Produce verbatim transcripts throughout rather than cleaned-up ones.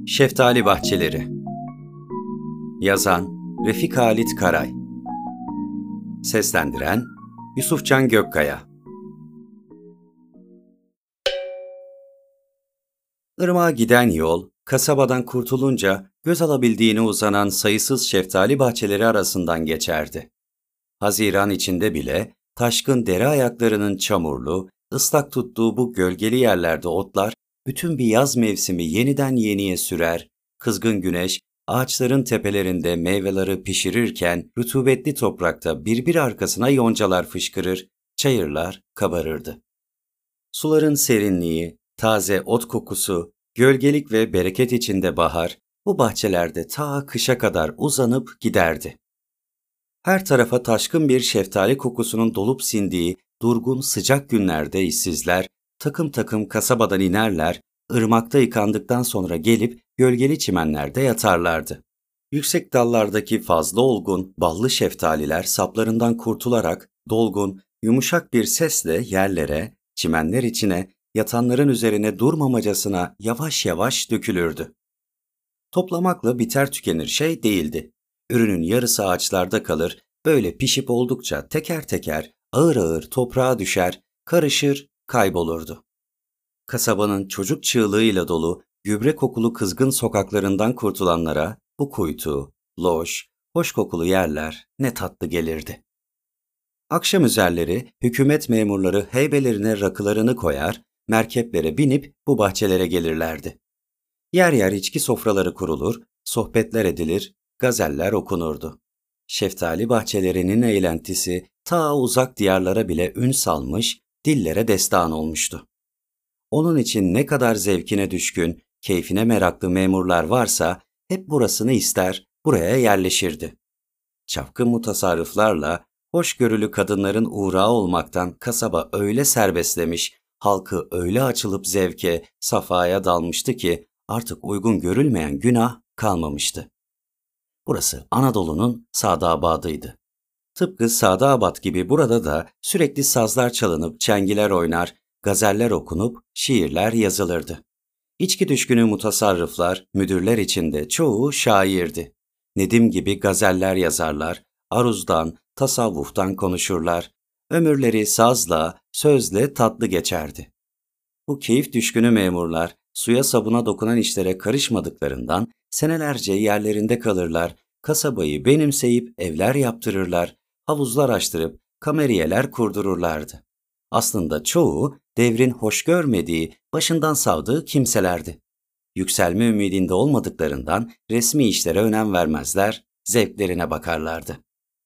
Şeftali Bahçeleri. Yazan Refik Halit Karay. Seslendiren Yusufcan Gökkaya. Irmağa giden yol, kasabadan kurtulunca göz alabildiğine uzanan sayısız şeftali bahçeleri arasından geçerdi. Haziran içinde bile taşkın dere ayaklarının çamurlu, ıslak tuttuğu bu gölgeli yerlerde otlar bütün bir yaz mevsimi yeniden yeniye sürer, kızgın güneş ağaçların tepelerinde meyveleri pişirirken rutubetli toprakta birbir arkasına yoncalar fışkırır, çayırlar kabarırdı. Suların serinliği, taze ot kokusu, gölgelik ve bereket içinde bahar bu bahçelerde ta kışa kadar uzanıp giderdi. Her tarafa taşkın bir şeftali kokusunun dolup sindiği durgun sıcak günlerde işsizler takım takım kasabadan inerler, ırmakta yıkandıktan sonra gelip gölgeli çimenlerde yatarlardı. Yüksek dallardaki fazla olgun, ballı şeftaliler saplarından kurtularak dolgun, yumuşak bir sesle yerlere, çimenler içine, yatanların üzerine durmamacasına yavaş yavaş dökülürdü. Toplamakla biter tükenir şey değildi. Ürünün yarısı ağaçlarda kalır, böyle pişip oldukça teker teker, ağır ağır toprağa düşer, karışır, kaybolurdu. Kasabanın çocuk çığlığıyla dolu, gübre kokulu kızgın sokaklarından kurtulanlara bu kuytu, loş, hoş kokulu yerler ne tatlı gelirdi. Akşam üzerleri hükümet memurları heybelerine rakılarını koyar, merkeplere binip bu bahçelere gelirlerdi. Yer yer içki sofraları kurulur, sohbetler edilir, gazeller okunurdu. Şeftali bahçelerinin eğlentisi ta uzak diyarlara bile ün salmış, dillere destan olmuştu. Onun için ne kadar zevkine düşkün, keyfine meraklı memurlar varsa hep burasını ister, buraya yerleşirdi. Çapkın mutasarrıflarla hoşgörülü kadınların uğrağı olmaktan kasaba öyle serbestlemiş, halkı öyle açılıp zevke, safaya dalmıştı ki artık uygun görülmeyen günah kalmamıştı. Burası Anadolu'nun Sadabadıydı. Tıpkı Sadabat gibi burada da sürekli sazlar çalınıp çengiler oynar, gazeller okunup şiirler yazılırdı. İçki düşkünü mutasarrıflar, müdürler içinde çoğu şairdi. Nedim gibi gazeller yazarlar, aruzdan, tasavvuftan konuşurlar. Ömürleri sazla, sözle tatlı geçerdi. Bu keyif düşkünü memurlar suya sabuna dokunan işlere karışmadıklarından senelerce yerlerinde kalırlar, kasabayı benimseyip evler yaptırırlar, havuzlar açtırıp kameriyeler kurdururlardı. Aslında çoğu devrin hoş görmediği, başından savdığı kimselerdi. Yükselme ümidinde olmadıklarından resmi işlere önem vermezler, zevklerine bakarlardı.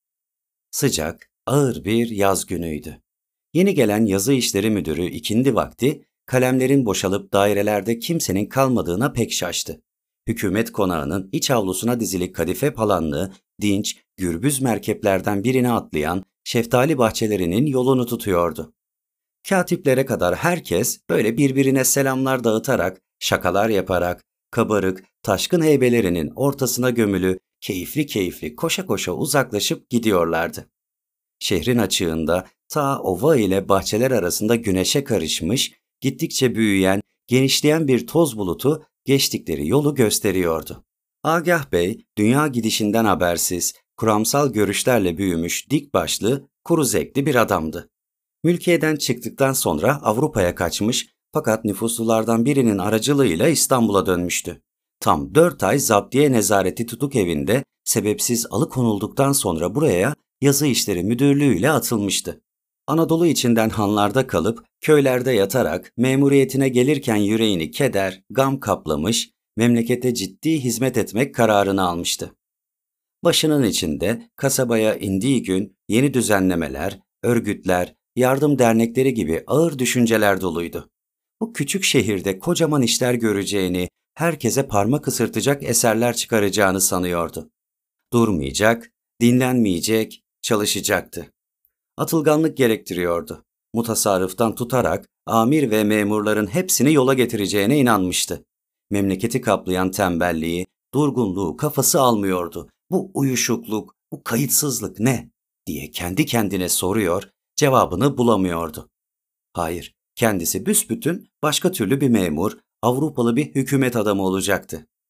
Sıcak, ağır bir yaz günüydü. Yeni gelen yazı işleri müdürü ikindi vakti, kalemlerin boşalıp dairelerde kimsenin kalmadığına pek şaştı. Hükümet konağının iç avlusuna dizili kadife palanlı, dinç, gürbüz merkeplerden birine atlayan şeftali bahçelerinin yolunu tutuyordu. Katiplere kadar herkes böyle birbirine selamlar dağıtarak, şakalar yaparak, kabarık, taşkın heybelerinin ortasına gömülü, keyifli keyifli koşa koşa uzaklaşıp gidiyorlardı. Şehrin açığında ta ova ile bahçeler arasında güneşe karışmış, gittikçe büyüyen, genişleyen bir toz bulutu geçtikleri yolu gösteriyordu. Agah Bey, dünya gidişinden habersiz, kuramsal görüşlerle büyümüş dik başlı, kuru zevkli bir adamdı. Mülkiye'den çıktıktan sonra Avrupa'ya kaçmış fakat nüfuslulardan birinin aracılığıyla İstanbul'a dönmüştü. Tam dört ay zaptiye nezareti tutuk evinde sebepsiz alıkonulduktan sonra buraya yazı işleri müdürlüğüyle atılmıştı. Anadolu içinden hanlarda kalıp köylerde yatarak memuriyetine gelirken yüreğini keder, gam kaplamış, memlekete ciddi hizmet etmek kararını almıştı. Başının içinde kasabaya indiği gün yeni düzenlemeler, örgütler, yardım dernekleri gibi ağır düşünceler doluydu. Bu küçük şehirde kocaman işler göreceğini, herkese parmak ısırtacak eserler çıkaracağını sanıyordu. Durmayacak, dinlenmeyecek, çalışacaktı. Atılganlık gerektiriyordu. Mutasarrıftan tutarak amir ve memurların hepsini yola getireceğine inanmıştı. Memleketi kaplayan tembelliği, durgunluğu kafası almıyordu. Bu uyuşukluk, bu kayıtsızlık ne diye kendi kendine soruyor, cevabını bulamıyordu. Hayır, kendisi büsbütün başka türlü bir memur, Avrupalı bir hükümet adamı olacaktı.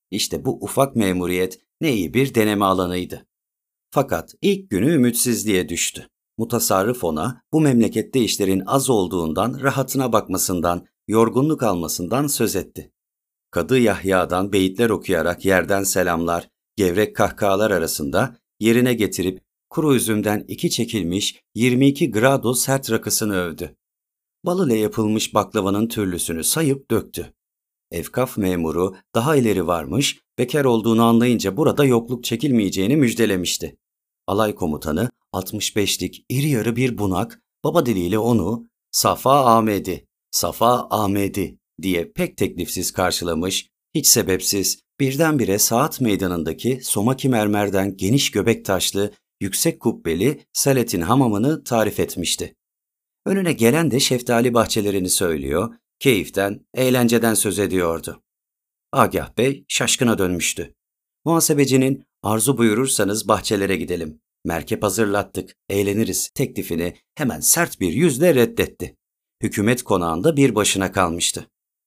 İşte bu ufak memuriyet ne iyi bir deneme alanıydı. Fakat ilk günü ümitsizliğe düştü. Mutasarrıf ona bu memlekette işlerin az olduğundan, rahatına bakmasından, yorgunluk almasından söz etti. Kadı Yahya'dan beyitler okuyarak yerden selamlar, gevrek kahkahalar arasında yerine getirip kuru üzümden iki çekilmiş yirmi iki grado sert rakısını övdü. Bal ile yapılmış baklavanın türlüsünü sayıp döktü. Evkaf memuru daha ileri varmış, bekar olduğunu anlayınca burada yokluk çekilmeyeceğini müjdelemişti. Alay komutanı altmış beşlik iri yarı bir bunak, baba diliyle onu "Safa Ahmedi, Safa Ahmedi" diye pek teklifsiz karşılamış, hiç sebepsiz birdenbire saat meydanındaki somaki mermerden geniş göbek taşlı, yüksek kubbeli Salet'in hamamını tarif etmişti. Önüne gelen de şeftali bahçelerini söylüyor, keyiften, eğlenceden söz ediyordu. Agah Bey şaşkına dönmüştü. Muhasebecinin "Arzu buyurursanız bahçelere gidelim, merkep hazırlattık, eğleniriz" teklifini hemen sert bir yüzle reddetti. Hükümet konağında bir başına kalmıştı.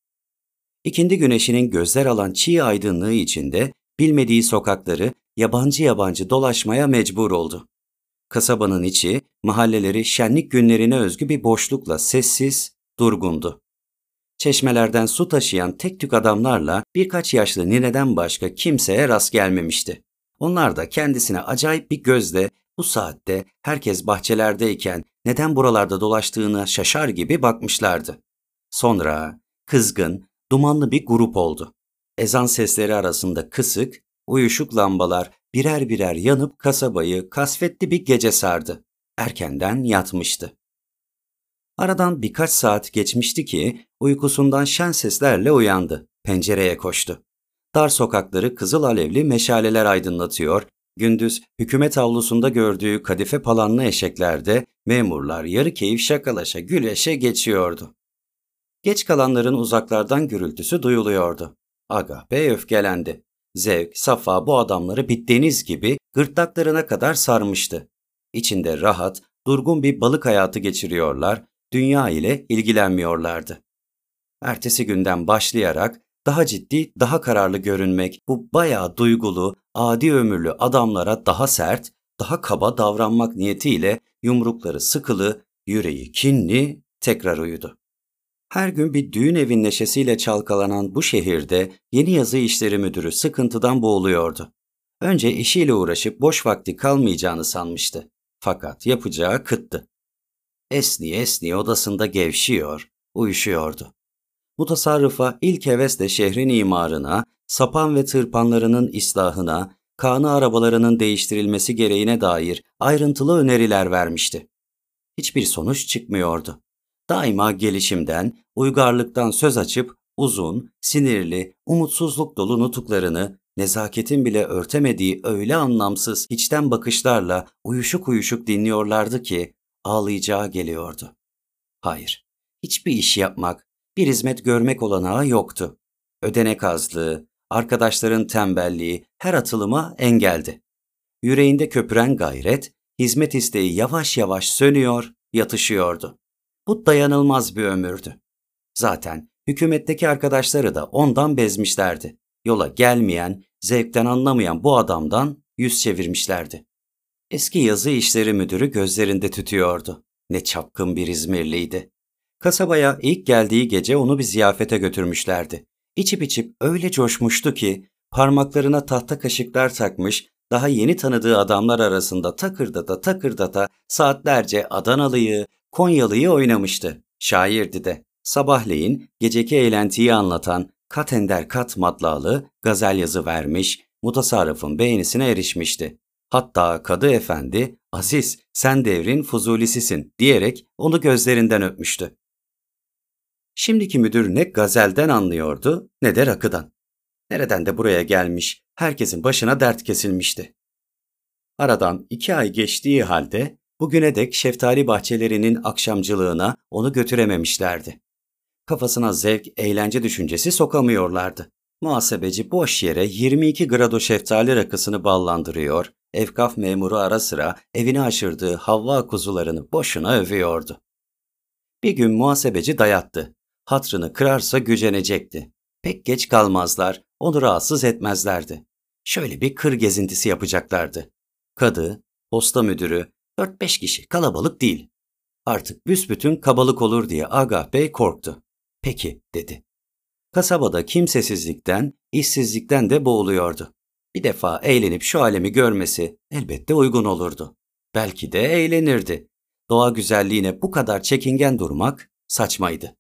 İkindi güneşinin gözler alan çiğ aydınlığı içinde bilmediği sokakları yabancı yabancı dolaşmaya mecbur oldu. Kasabanın içi, mahalleleri şenlik günlerine özgü bir boşlukla sessiz, durgundu. Çeşmelerden su taşıyan tek tük adamlarla birkaç yaşlı nineden başka kimseye rast gelmemişti. Onlar da kendisine acayip bir gözle bu saatte herkes bahçelerdeyken neden buralarda dolaştığına şaşar gibi bakmışlardı. Sonra kızgın, dumanlı bir grup oldu. Ezan sesleri arasında kısık, uyuşuk lambalar birer birer yanıp kasabayı kasvetli bir gece sardı. Erkenden yatmıştı. Aradan birkaç saat geçmişti ki uykusundan şen seslerle uyandı. Pencereye koştu. Dar sokakları kızıl alevli meşaleler aydınlatıyor, gündüz hükümet avlusunda gördüğü kadife palanlı eşeklerde memurlar yarı keyif şakalaşa güleşe geçiyordu. Geç kalanların uzaklardan gürültüsü duyuluyordu. Agah Bey öfkelendi. Zevk, safa bu adamları bir deniz gibi gırtlaklarına kadar sarmıştı. İçinde rahat, durgun bir balık hayatı geçiriyorlar, dünya ile ilgilenmiyorlardı. Ertesi günden başlayarak daha ciddi, daha kararlı görünmek, bu bayağı duygulu, adi ömürlü adamlara daha sert, daha kaba davranmak niyetiyle yumrukları sıkılı, yüreği kinli tekrar uyudu. Her gün bir düğün evin neşesiyle çalkalanan bu şehirde yeni yazı işleri müdürü sıkıntıdan boğuluyordu. Önce işiyle uğraşıp boş vakti kalmayacağını sanmıştı. Fakat yapacağı kıttı. Esniye esniye odasında gevşiyor, uyuşuyordu. Mutasarrıfa ilk hevesle şehrin imarına, sapan ve tırpanlarının islahına, kağnı arabalarının değiştirilmesi gereğine dair ayrıntılı öneriler vermişti. Hiçbir sonuç çıkmıyordu. Daima gelişimden, uygarlıktan söz açıp uzun, sinirli, umutsuzluk dolu nutuklarını nezaketin bile örtemediği öyle anlamsız, içten bakışlarla uyuşuk uyuşuk dinliyorlardı ki ağlayacağı geliyordu. Hayır, hiçbir iş yapmak, bir hizmet görmek olanağı yoktu. Ödenek azlığı, arkadaşların tembelliği her atılıma engeldi. Yüreğinde köpüren gayret, hizmet isteği yavaş yavaş sönüyor, yatışıyordu. Bu dayanılmaz bir ömürdü. Zaten hükümetteki arkadaşları da ondan bezmişlerdi. Yola gelmeyen, zevkten anlamayan bu adamdan yüz çevirmişlerdi. Eski yazı işleri müdürü gözlerinde tütüyordu. Ne çapkın bir İzmirliydi. Kasabaya ilk geldiği gece onu bir ziyafete götürmüşlerdi. İçip içip öyle coşmuştu ki parmaklarına tahta kaşıklar takmış, daha yeni tanıdığı adamlar arasında takırdata takırdata saatlerce Adanalıyı, Konyalı'yı oynamıştı. Şairdi de. Sabahleyin geceki eğlentiyi anlatan kat ender kat matlalı gazel yazı vermiş, mutasarrıfın beğenisine erişmişti. Hatta Kadı Efendi, "Aziz, sen devrin fuzulisisin" diyerek onu gözlerinden öpmüştü. Şimdiki müdür ne gazelden anlıyordu ne de rakıdan. Nereden de buraya gelmiş, herkesin başına dert kesilmişti. Aradan iki ay geçtiği halde bugüne dek şeftali bahçelerinin akşamcılığına onu götürememişlerdi. Kafasına zevk, eğlence düşüncesi sokamıyorlardı. Muhasebeci boş yere yirmi iki grado şeftali rakısını ballandırıyor, evkaf memuru ara sıra evine aşırdığı Havva kuzularını boşuna övüyordu. Bir gün muhasebeci dayattı. Hatrını kırarsa gücenecekti. Pek geç kalmazlar, Onu rahatsız etmezlerdi. Şöyle bir kır gezintisi yapacaklardı. Kadı, posta müdürü, dört beş kişi, kalabalık değil. Artık büsbütün kabalık olur diye Agah Bey korktu. Peki, dedi. Kasabada kimsesizlikten, işsizlikten de boğuluyordu. Bir defa eğlenip şu alemi görmesi elbette uygun olurdu. Belki de eğlenirdi. Doğa güzelliğine bu kadar çekingen durmak saçmaydı.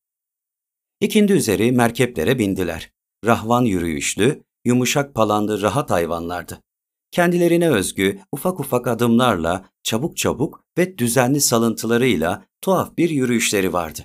İkindi üzeri merkeplere bindiler. Rahvan yürüyüşlü, yumuşak palanlı rahat hayvanlardı. Kendilerine özgü ufak ufak adımlarla, çabuk çabuk ve düzenli salıntılarıyla tuhaf bir yürüyüşleri vardı.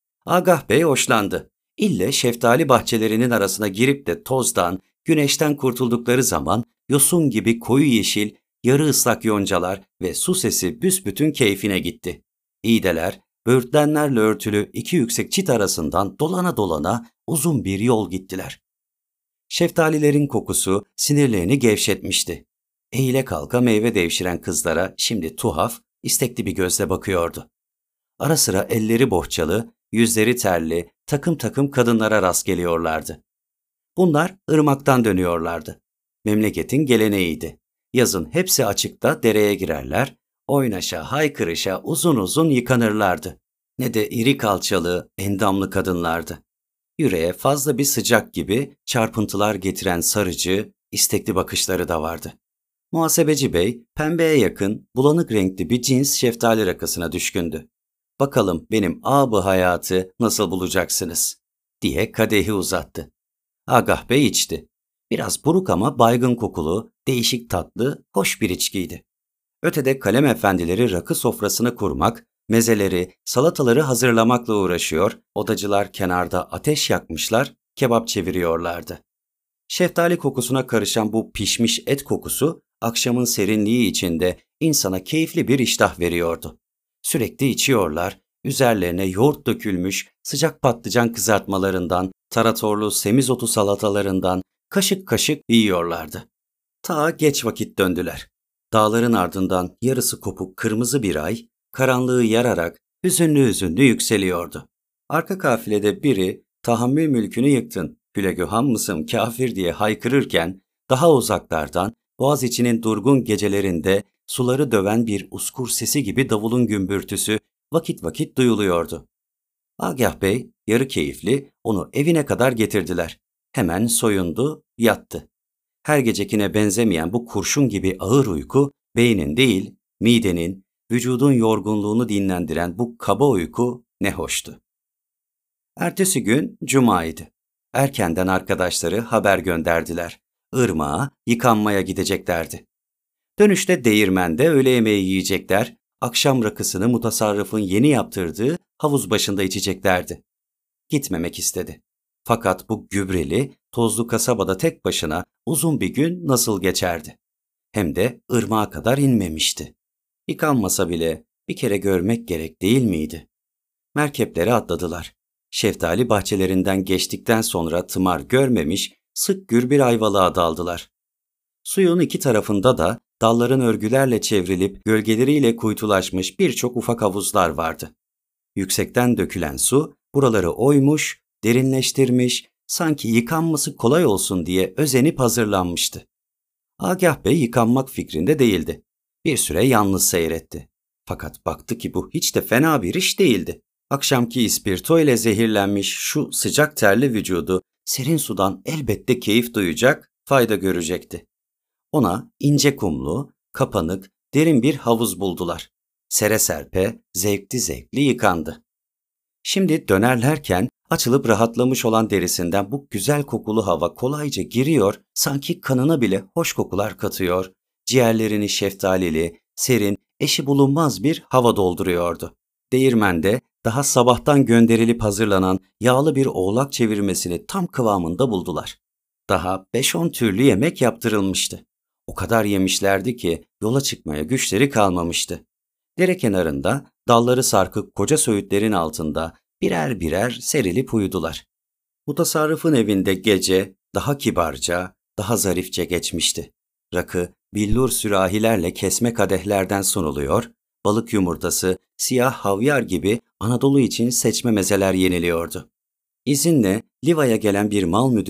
Agah Bey hoşlandı. İlle şeftali bahçelerinin arasına girip de tozdan, güneşten kurtuldukları zaman yosun gibi koyu yeşil, yarı ıslak yoncalar ve su sesi büsbütün keyfine gitti. İğdeler, böğürtlenlerle örtülü iki yüksek çit arasından dolana dolana uzun bir yol gittiler. Şeftalilerin kokusu sinirlerini gevşetmişti. Eğile kalka meyve devşiren kızlara şimdi tuhaf, istekli bir gözle bakıyordu. Ara sıra elleri bohçalı, yüzleri terli, takım takım kadınlara rast geliyorlardı. Bunlar ırmaktan dönüyorlardı. Memleketin geleneğiydi. Yazın hepsi açıkta dereye girerler, oynaşa, haykırışa uzun uzun yıkanırlardı. Ne de iri kalçalı, endamlı kadınlardı. Yüreğe fazla bir sıcak gibi çarpıntılar getiren sarıcı, istekli bakışları da vardı. Muhasebeci bey, pembeye yakın, bulanık renkli bir cins şeftali rakısına düşkündü. Bakalım benim ağabey hayatı nasıl bulacaksınız, diye kadehi uzattı. Agah Bey içti. Biraz buruk ama baygın kokulu, değişik tatlı, hoş bir içkiydi. Ötede kalem efendileri rakı sofrasını kurmak, mezeleri, salataları hazırlamakla uğraşıyor, odacılar kenarda ateş yakmışlar, kebap çeviriyorlardı. Şeftali kokusuna karışan bu pişmiş et kokusu, akşamın serinliği içinde insana keyifli bir iştah veriyordu. Sürekli içiyorlar, üzerlerine yoğurt dökülmüş sıcak patlıcan kızartmalarından, taratorlu semizotu salatalarından kaşık kaşık yiyorlardı. Ta geç vakit döndüler. Dağların ardından yarısı kopuk kırmızı bir ay, karanlığı yararak hüzünlü hüzünlü yükseliyordu. Arka kafilede biri, tahammül mülkünü yıktın, hülegöham mısın kafir diye haykırırken, daha uzaklardan, Boğaziçi'nin durgun gecelerinde suları döven bir uskur sesi gibi davulun gümbürtüsü vakit vakit duyuluyordu. Agah Bey, yarı keyifli, onu evine kadar getirdiler. Hemen soyundu, yattı. Her gecekine benzemeyen bu kurşun gibi ağır uyku, beynin değil, midenin, vücudun yorgunluğunu dinlendiren bu kaba uyku ne hoştu. Ertesi gün Cuma'ydı. Erkenden arkadaşları haber gönderdiler. Irmağa yıkanmaya gideceklerdi. Dönüşte değirmende öğle yemeği yiyecekler, akşam rakısını mutasarrıfın yeni yaptırdığı havuz başında içeceklerdi. Gitmemek istedi. Fakat bu gübreli, tozlu kasabada tek başına uzun bir gün nasıl geçerdi? Hem de ırmağa kadar inmemişti. Yıkanmasa bile bir kere görmek gerek değil miydi? Merkeplere atladılar. Şeftali bahçelerinden geçtikten sonra tımar görmemiş, sık gür bir ayvalığa daldılar. Suyun iki tarafında da dalların örgülerle çevrilip gölgeleriyle kuytulaşmış birçok ufak havuzlar vardı. Yüksekten dökülen su buraları oymuş, derinleştirmiş, sanki yıkanması kolay olsun diye özenip hazırlanmıştı. Agah Bey yıkanmak fikrinde değildi. Bir süre yalnız seyretti. Fakat baktı ki bu hiç de fena bir iş değildi. Akşamki ispirto ile zehirlenmiş şu sıcak terli vücudu serin sudan elbette keyif duyacak, fayda görecekti. Ona ince kumlu, kapanık, derin bir havuz buldular. Sere serpe, zevkli zevkli yıkandı. Şimdi dönerlerken açılıp rahatlamış olan derisinden bu güzel kokulu hava kolayca giriyor, sanki kanına bile hoş kokular katıyor, ciğerlerini şeftalili, serin, eşi bulunmaz bir hava dolduruyordu. Değirmende daha sabahtan gönderilip hazırlanan yağlı bir oğlak çevirmesini tam kıvamında buldular. Daha beş on türlü yemek yaptırılmıştı. O kadar yemişlerdi ki yola çıkmaya güçleri kalmamıştı. Dere kenarında dalları sarkık koca söğütlerin altında birer birer serilip uyudular. Mutasarrıfın evinde gece daha kibarca, daha zarifçe geçmişti. Rakı, billur sürahilerle kesme kadehlerden sunuluyor, balık yumurtası, siyah havyar gibi Anadolu için seçme mezeler yeniliyordu. İzinle Liva'ya gelen bir mal müdürü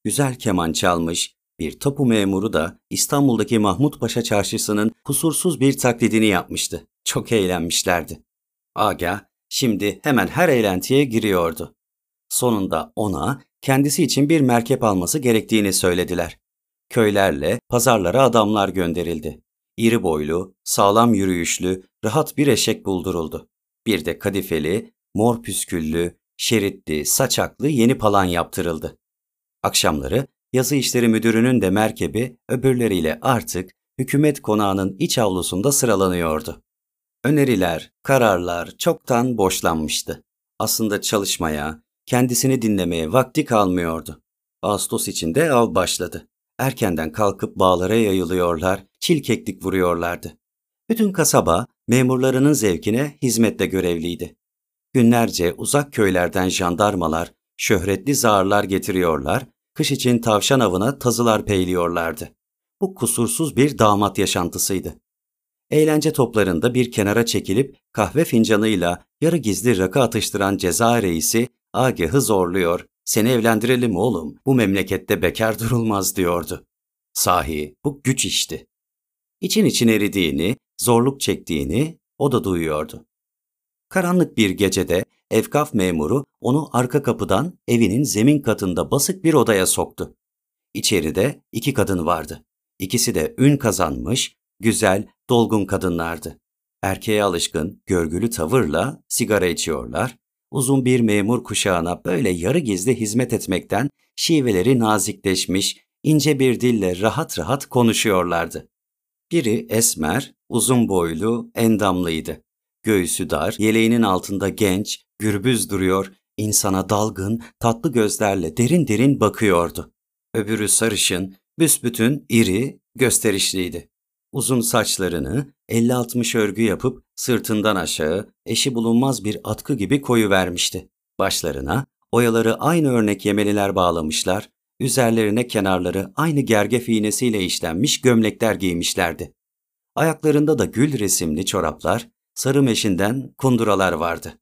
güzel keman çalmış, bir tapu memuru da İstanbul'daki Mahmutpaşa Çarşısı'nın kusursuz bir taklidini yapmıştı. Çok eğlenmişlerdi. Agah şimdi hemen her eğlentiye giriyordu. Sonunda ona kendisi için bir merkep alması gerektiğini söylediler. Köylerle pazarlara adamlar gönderildi. İri boylu, sağlam yürüyüşlü, rahat bir eşek bulduruldu. Bir de kadifeli, mor püsküllü, şeritli, saçaklı yeni palan yaptırıldı. Akşamları yazı işleri müdürünün de merkebi öbürleriyle artık hükümet konağının iç avlusunda sıralanıyordu. Öneriler, kararlar çoktan boşlanmıştı. Aslında çalışmaya, kendisini dinlemeye vakti kalmıyordu. Ağustos içinde av başladı. Erkenden kalkıp bağlara yayılıyorlar, çilkeklik vuruyorlardı. Bütün kasaba memurlarının zevkine hizmette görevliydi. Günlerce uzak köylerden jandarmalar, şöhretli zağırlar getiriyorlar, kış için tavşan avına tazılar peyliyorlardı. Bu kusursuz bir damat yaşantısıydı. Eğlence toplarında bir kenara çekilip kahve fincanıyla yarı gizli rakı atıştıran ceza reisi Agah'ı zorluyor, "Seni evlendirelim oğlum, bu memlekette bekar durulmaz." diyordu. Sahi bu güç işti. İçin için eridiğini, zorluk çektiğini o da duyuyordu. Karanlık bir gecede Efkaf memuru onu arka kapıdan evinin zemin katında basık bir odaya soktu. İçeride iki kadın vardı. İkisi de ün kazanmış, güzel, dolgun kadınlardı. Erkeğe alışkın, görgülü tavırla sigara içiyorlar, uzun bir memur kuşağına böyle yarı gizli hizmet etmekten şiveleri nazikleşmiş, ince bir dille rahat rahat konuşuyorlardı. Biri esmer, uzun boylu, endamlıydı. Göğsü dar, yeleğinin altında genç, gürbüz duruyor, insana dalgın, tatlı gözlerle derin derin bakıyordu. Öbürü sarışın, büsbütün, iri, gösterişliydi. Uzun saçlarını elli altmış örgü yapıp sırtından aşağı eşi bulunmaz bir atkı gibi koyuvermişti. Başlarına oyaları aynı örnek yemeliler bağlamışlar, üzerlerine kenarları aynı gergef iğnesiyle işlenmiş gömlekler giymişlerdi. Ayaklarında da gül resimli çoraplar, sarı meşinden kunduralar vardı.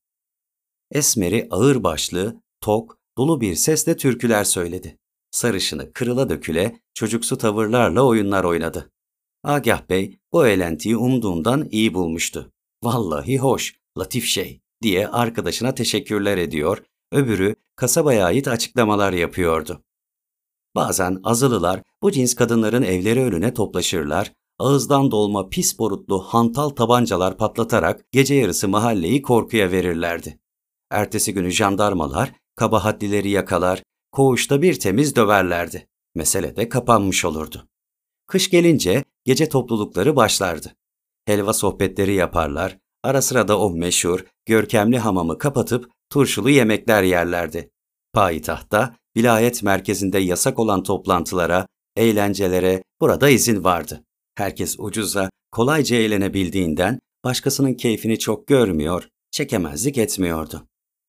Esmeri ağırbaşlı, tok, dolu bir sesle türküler söyledi. Sarışını kırıla döküle çocuksu tavırlarla oyunlar oynadı. Agah Bey bu eğlentiyi umduğundan iyi bulmuştu. "Vallahi hoş, latif şey," diye arkadaşına teşekkürler ediyor, öbürü kasabaya ait açıklamalar yapıyordu. Bazen azılılar bu cins kadınların evleri önüne toplaşırlar, ağızdan dolma pis borutlu hantal tabancalar patlatarak gece yarısı mahalleyi korkuya verirlerdi. Ertesi günü jandarmalar kabahatlileri yakalar, koğuşta bir temiz döverlerdi. Mesele de kapanmış olurdu. Kış gelince gece toplulukları başlardı. Helva sohbetleri yaparlar, ara sıra da o meşhur, görkemli hamamı kapatıp turşulu yemekler yerlerdi. Payitahtta, vilayet merkezinde yasak olan toplantılara, eğlencelere burada izin vardı. Herkes ucuza, kolayca eğlenebildiğinden başkasının keyfini çok görmüyor, çekemezlik etmiyordu.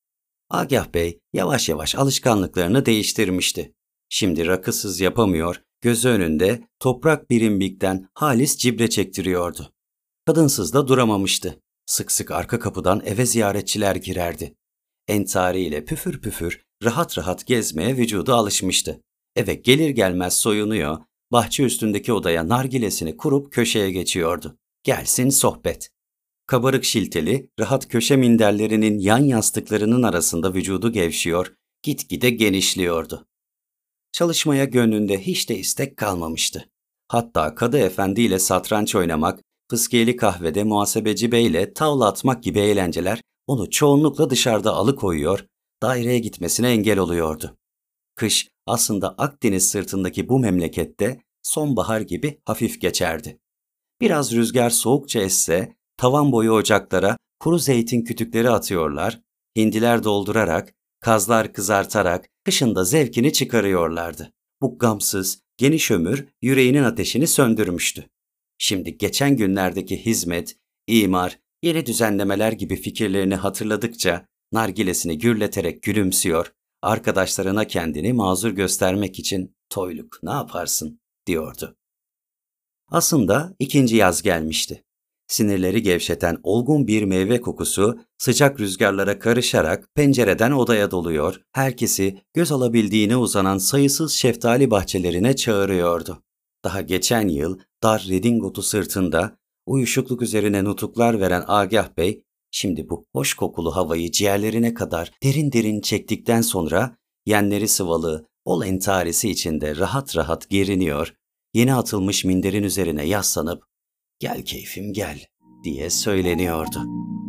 Agah Bey yavaş yavaş alışkanlıklarını değiştirmişti. Şimdi rakısız yapamıyor, gözü önünde toprak birimbikten halis cibre çektiriyordu. Kadınsız da duramamıştı. Sık sık arka kapıdan eve ziyaretçiler girerdi. Entariyle püfür püfür rahat rahat gezmeye vücudu alışmıştı. Eve gelir gelmez soyunuyor, bahçe üstündeki odaya nargilesini kurup köşeye geçiyordu. Gelsin sohbet. Kabarık şilteli, rahat köşe minderlerinin yan yastıklarının arasında vücudu gevşiyor, gitgide genişliyordu. Çalışmaya gönlünde hiç de istek kalmamıştı. Hatta Kadı Efendi ile satranç oynamak, fıskiyeli kahvede muhasebeci beyle tavla atmak gibi eğlenceler onu çoğunlukla dışarıda alıkoyuyor, daireye gitmesine engel oluyordu. Kış aslında Akdeniz sırtındaki bu memlekette sonbahar gibi hafif geçerdi. Biraz rüzgar soğukça esse, tavan boyu ocaklara kuru zeytin kütükleri atıyorlar, hindiler doldurarak, kazlar kızartarak kışın da zevkini çıkarıyorlardı. Bu gamsız, geniş ömür yüreğinin ateşini söndürmüştü. Şimdi geçen günlerdeki hizmet, imar, yeni düzenlemeler gibi fikirlerini hatırladıkça nargilesini gürleterek gülümsüyor, arkadaşlarına kendini mazur göstermek için "Toyluk, ne yaparsın?" diyordu. Aslında ikinci yaz gelmişti. Sinirleri gevşeten olgun bir meyve kokusu sıcak rüzgarlara karışarak pencereden odaya doluyor, herkesi göz alabildiğine uzanan sayısız şeftali bahçelerine çağırıyordu. Daha geçen yıl dar redingotu sırtında uyuşukluk üzerine nutuklar veren Agah Bey, şimdi bu hoş kokulu havayı ciğerlerine kadar derin derin çektikten sonra yenleri sıvalı, bol entarisi içinde rahat rahat geriniyor, yeni atılmış minderin üzerine yaslanıp "Gel keyfim gel" diye söyleniyordu.